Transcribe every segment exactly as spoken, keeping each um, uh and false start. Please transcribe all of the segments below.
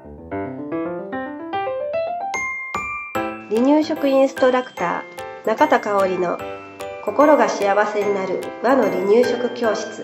離乳食インストラクター中田香織の心が幸せになる和の離乳食教室。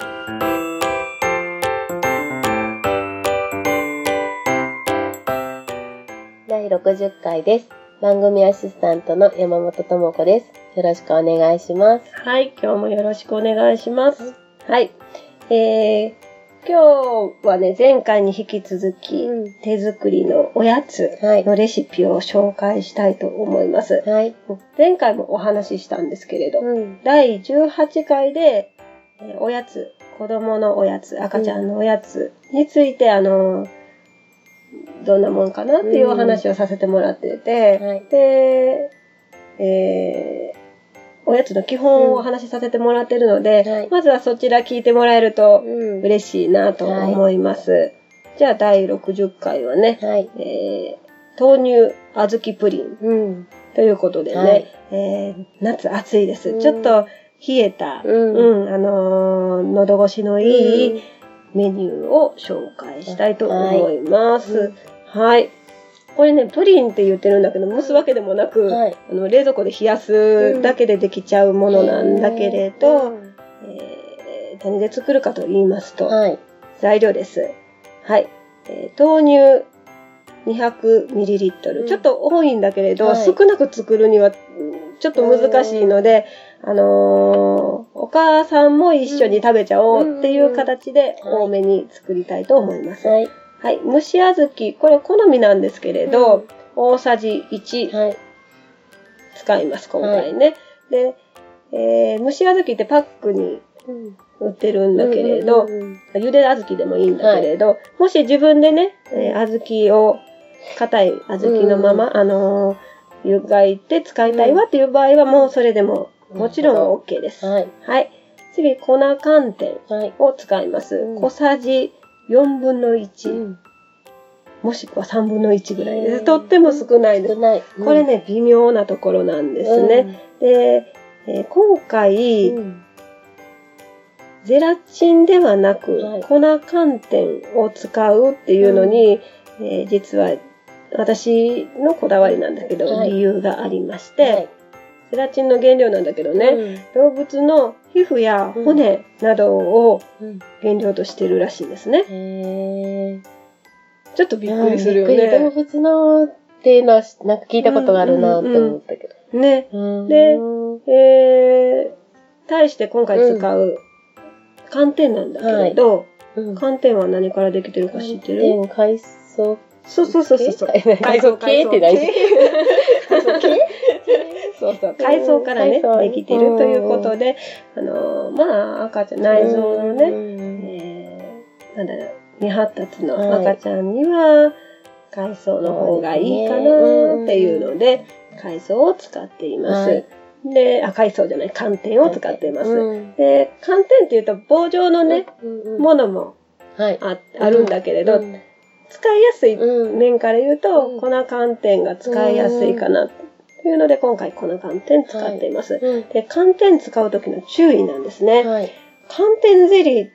だいろくじゅっかいです。番組アシスタントの山本智子です。よろしくお願いします。 はい、今日もよろしくお願いします。はい、えー今日はね、前回に引き続き、うん、手作りのおやつのレシピを紹介したいと思います。はい、前回もお話ししたんですけれど、うん、だいじゅうはちかいで、えー、おやつ、子供のおやつ、赤ちゃんのおやつについて、うん、あの、どんなもんかなっていうお話をさせてもらってて、うんはい、で、えーおやつの基本をお話しさせてもらってるので、うんはい、まずはそちら聞いてもらえると嬉しいなと思います。うんはい、じゃあだいろくじゅっかいはね、はいえー、豆乳小豆プリン、うん、ということでね、はいえー、夏暑いです、うん。ちょっと冷えた、うんうんあのー、喉越しのいいメニューを紹介したいと思います。はい、はいこれね、プリンって言ってるんだけど、蒸すわけでもなく、はい、あの冷蔵庫で冷やすだけでできちゃうものなんだけれど、うんえー、何で作るかと言いますと、はい、材料です。はい、えー、豆乳 にひゃくミリリットル、うん、ちょっと多いんだけれど、はい、少なく作るにはちょっと難しいので、あのー、お母さんも一緒に食べちゃおうっていう形で多めに作りたいと思います。はいはい、蒸し小豆、これ好みなんですけれど、うん、大さじいち使います、今回ね。はい、で、えー、蒸し小豆ってパックに売ってるんだけれど、茹で小豆でもいいんだけれど、はい、もし自分でね、えー、小豆を、硬い小豆のまま、うん、あのー、湯がいて使いたいわっていう場合は、もうそれでも、もちろん OK です。はい。はい。次、粉寒天を使います。うん、小さじよんぶんのいち、うん、もしくはさんぶんのいちぐらいです。とっても少ないです。ないうん、これね、微妙なところなんですね。うん、で、えー、今回、うん、ゼラチンではなく、はい、粉寒天を使うっていうのに、うんえー、実は私のこだわりなんだけど、はい、理由がありまして、はいゼラチンの原料なんだけどね、うん、動物の皮膚や骨などを原料としてるらしいんですね。へちょっとびっくりするよね。 動物のっていうのはなんか聞いたことがあるなって思ったけど。 うんうんうん、ね。で、えー、対して今回使う寒天なんだけれど、はいうん、寒天は何からできてるか知ってる？ 寒天海藻そうそうそうそう。 海藻系って何？ 海藻系そうそう。海藻からね、できてるということで、あのー、まあ、赤ちゃん、内臓のね、えー、なんだろう、未発達の赤ちゃんには、海藻の方がいいかなっていうので、海藻を使っています。はい、で、あ、海藻じゃない、寒天を使っています。うん、で、寒天っていうと棒状のね、うん、ものも あ,、はい、あるんだけれど、うん使いやすい面から言うと、うん、粉寒天が使いやすいかなというので、今回粉寒天使っています。はいうん、で寒天使う時の注意なんですね。はい、寒天ゼリーって、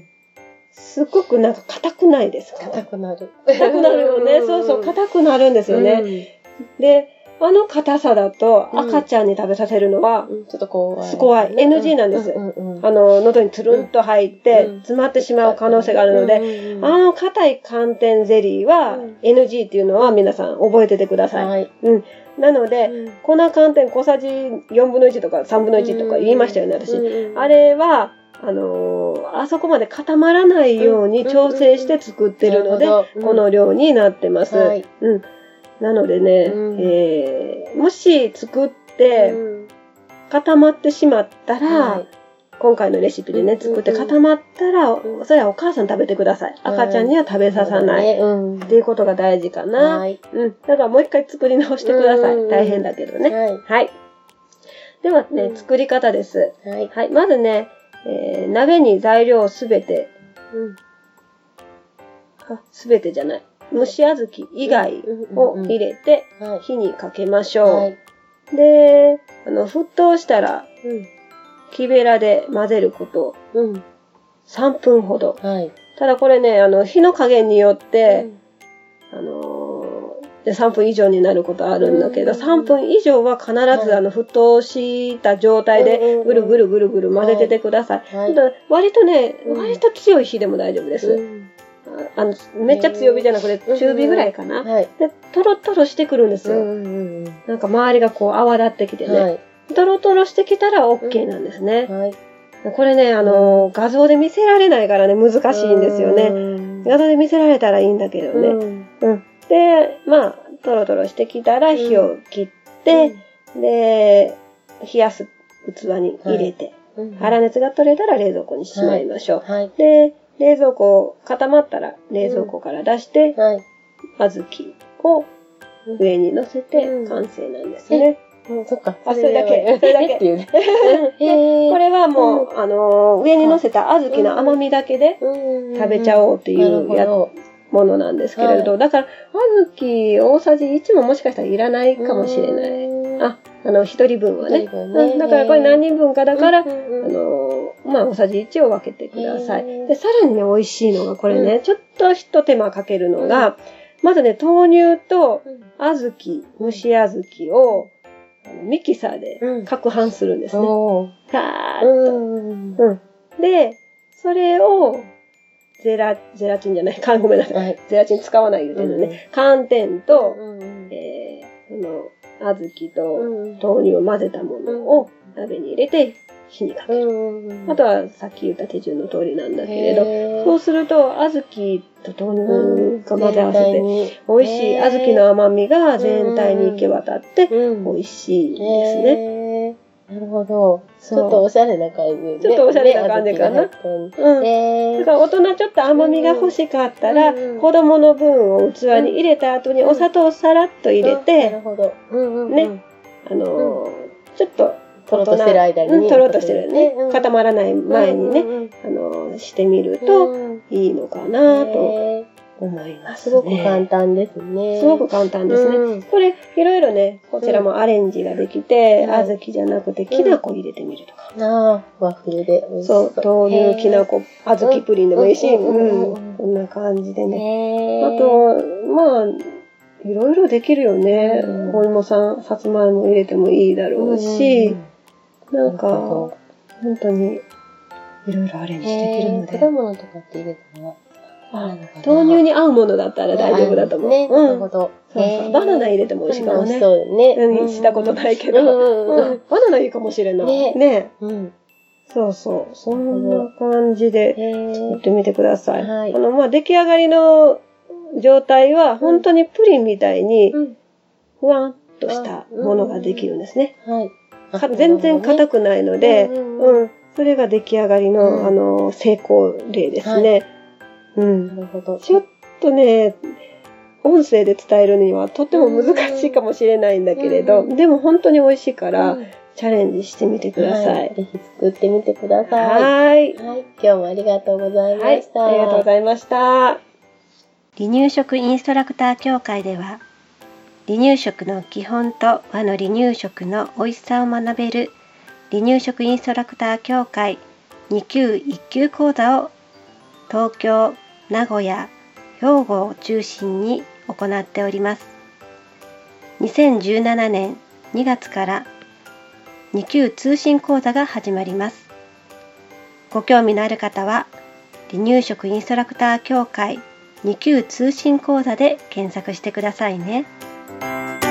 すごくなんか硬くないですか？ 硬くなる。 硬くなるよね。そうそう、硬くなるんですよね。うん、で、あの硬さだと赤ちゃんに食べさせるのは、うん、ちょっと怖い。怖い。エヌジー なんです。うんうんうん、あの、喉につるんと入って、詰まってしまう可能性があるので、うんうん、あの硬い寒天ゼリーは、エヌジー っていうのは皆さん覚えててください。はい、うん。なので、うん、粉寒天小さじよんぶんのいちとかさんぶんのいちとか言いましたよね、私。うん、あれは、あのー、あそこまで固まらないように調整して作ってるので、この量になってます。はい、うんなのでね、うんえー、もし作って固まってしまったら、はい、今回のレシピでね、作って固まったら、うん、それはお母さん食べてください。赤ちゃんには食べささない。うん、っていうことが大事かな。はい、うん。だからもう一回作り直してください。大変だけどね。はい。はい、ではね、うん、作り方です。はい。はい、まずね、えー、鍋に材料をすべて、すべてじゃない。蒸し小豆以外を入れて火にかけましょう。はい、で、あの、沸騰したら、うん、木べらで混ぜること、うん、さんぷんほど。はい、ただこれね、あの、火の加減によって、うん、 あのー、でさんぷん以上になることあるんだけど、さんぷん以上は必ずあの沸騰した状態でぐるぐるぐるぐる混ぜててください。はい、割とね、割と強い火でも大丈夫です。あのめっちゃ強火じゃなくて中火ぐらいかな。でトロトロしてくるんですよ。なんか周りがこう泡立ってきてね。はい、トロトロしてきたら OK なんですね。はい、これね、あのー、画像で見せられないからね、難しいんですよね。画像で見せられたらいいんだけどね。うん。で、まあ、トロトロしてきたら火を切って、うん、で、冷やす器に入れて、はい、粗熱が取れたら冷蔵庫にしまいましょう。はいはい、で、冷蔵庫固まったら冷蔵庫から出して、うんはい、小豆を上に乗せて完成なんですね。 うんうん、そっか。 あ、それだけ。それだけ。これはもう、うん、あのー、上に乗せた小豆の甘みだけで食べちゃおうっていうやものなんですけれど、はい、だから、小豆大さじいちももしかしたらいらないかもしれない。あ、あの、一人分はね。ねうん、だからこれ何人分かだから、あのー、まあ、大さじいちを分けてください。で、さらにね、美味しいのが、これね、うん、ちょっと一手間かけるのが、うん、まずね、豆乳と小豆、蒸し小豆を、ミキサーで攪拌するんですね。ガーッと、うんうん。で、それを、ゼラ、ゼラチンじゃない、ごめんなさい。はい、ゼラチン使わない言うてるのね。うん、寒天と、うん、えー、その、小豆と豆乳を混ぜたものを鍋に入れて火にかける。うん、あとはさっき言った手順の通りなんだけれど、そうすると、小豆と豆乳が混ぜ合わせて、美味しい小豆の甘みが全体に行き渡って、美味しいんですね。 なるほど。ちょっとおしゃれな感じ、ね。 ちょっとおしゃれな感じかな。うん。だから大人ちょっと甘みが欲しかったら、子供の分を器に入れた後にお砂糖をさらっと入れて、 なるほど。 ね。あの、ちょっと、 とろっとしてる間に。 うん、とろっとしてるね。固まらない前にね、あの、してみるといいのかなと。思いますね。 すごく簡単ですね。 すごく簡単ですね。うん、これ、いろいろね、こちらもアレンジができて、うん、小豆じゃなくて、きな粉入れてみるとか。 うん、ああ、和風で美味しそう。 そう、豆乳、きな粉、小豆プリンでもいいし、うん、こんな感じでね。あと、まあ、いろいろできるよね。お芋さん、さつまいも入れてもいいだろうし、なんか、本当に、いろいろアレンジできるので。 果物とかって入れたら豆乳に合うものだったら大丈夫だと思う。 ね、なるほど。 バナナ入れても美味しいかもね。 そうだね。 うん、したことないけど。バナナいいかもしれない。ね。そうそう。そんな感じで作ってみてください。あの、まあ、出来上がりの状態は本当にプリンみたいにふわっとしたものができるんですね。全然硬くないので、うん。それが出来上がりの、あの、成功例ですね。うん。なるほど。ちょっとね、音声で伝えるにはとても難しいかもしれないんだけれど、でも本当に美味しいから、チャレンジしてみてください。 ぜひ作ってみてください。 はい。 今日もありがとうございました。 ありがとうございました。 離乳食インストラクター協会では、離乳食の基本と和の離乳食の美味しさを学べる離乳食インストラクター協会に級いっ級講座を東京、名古屋、兵庫を中心に行っております。にせんじゅうななねんにがつからに級通信講座が始まります。ご興味のある方は、離乳食インストラクター協会に級通信講座で検索してくださいね。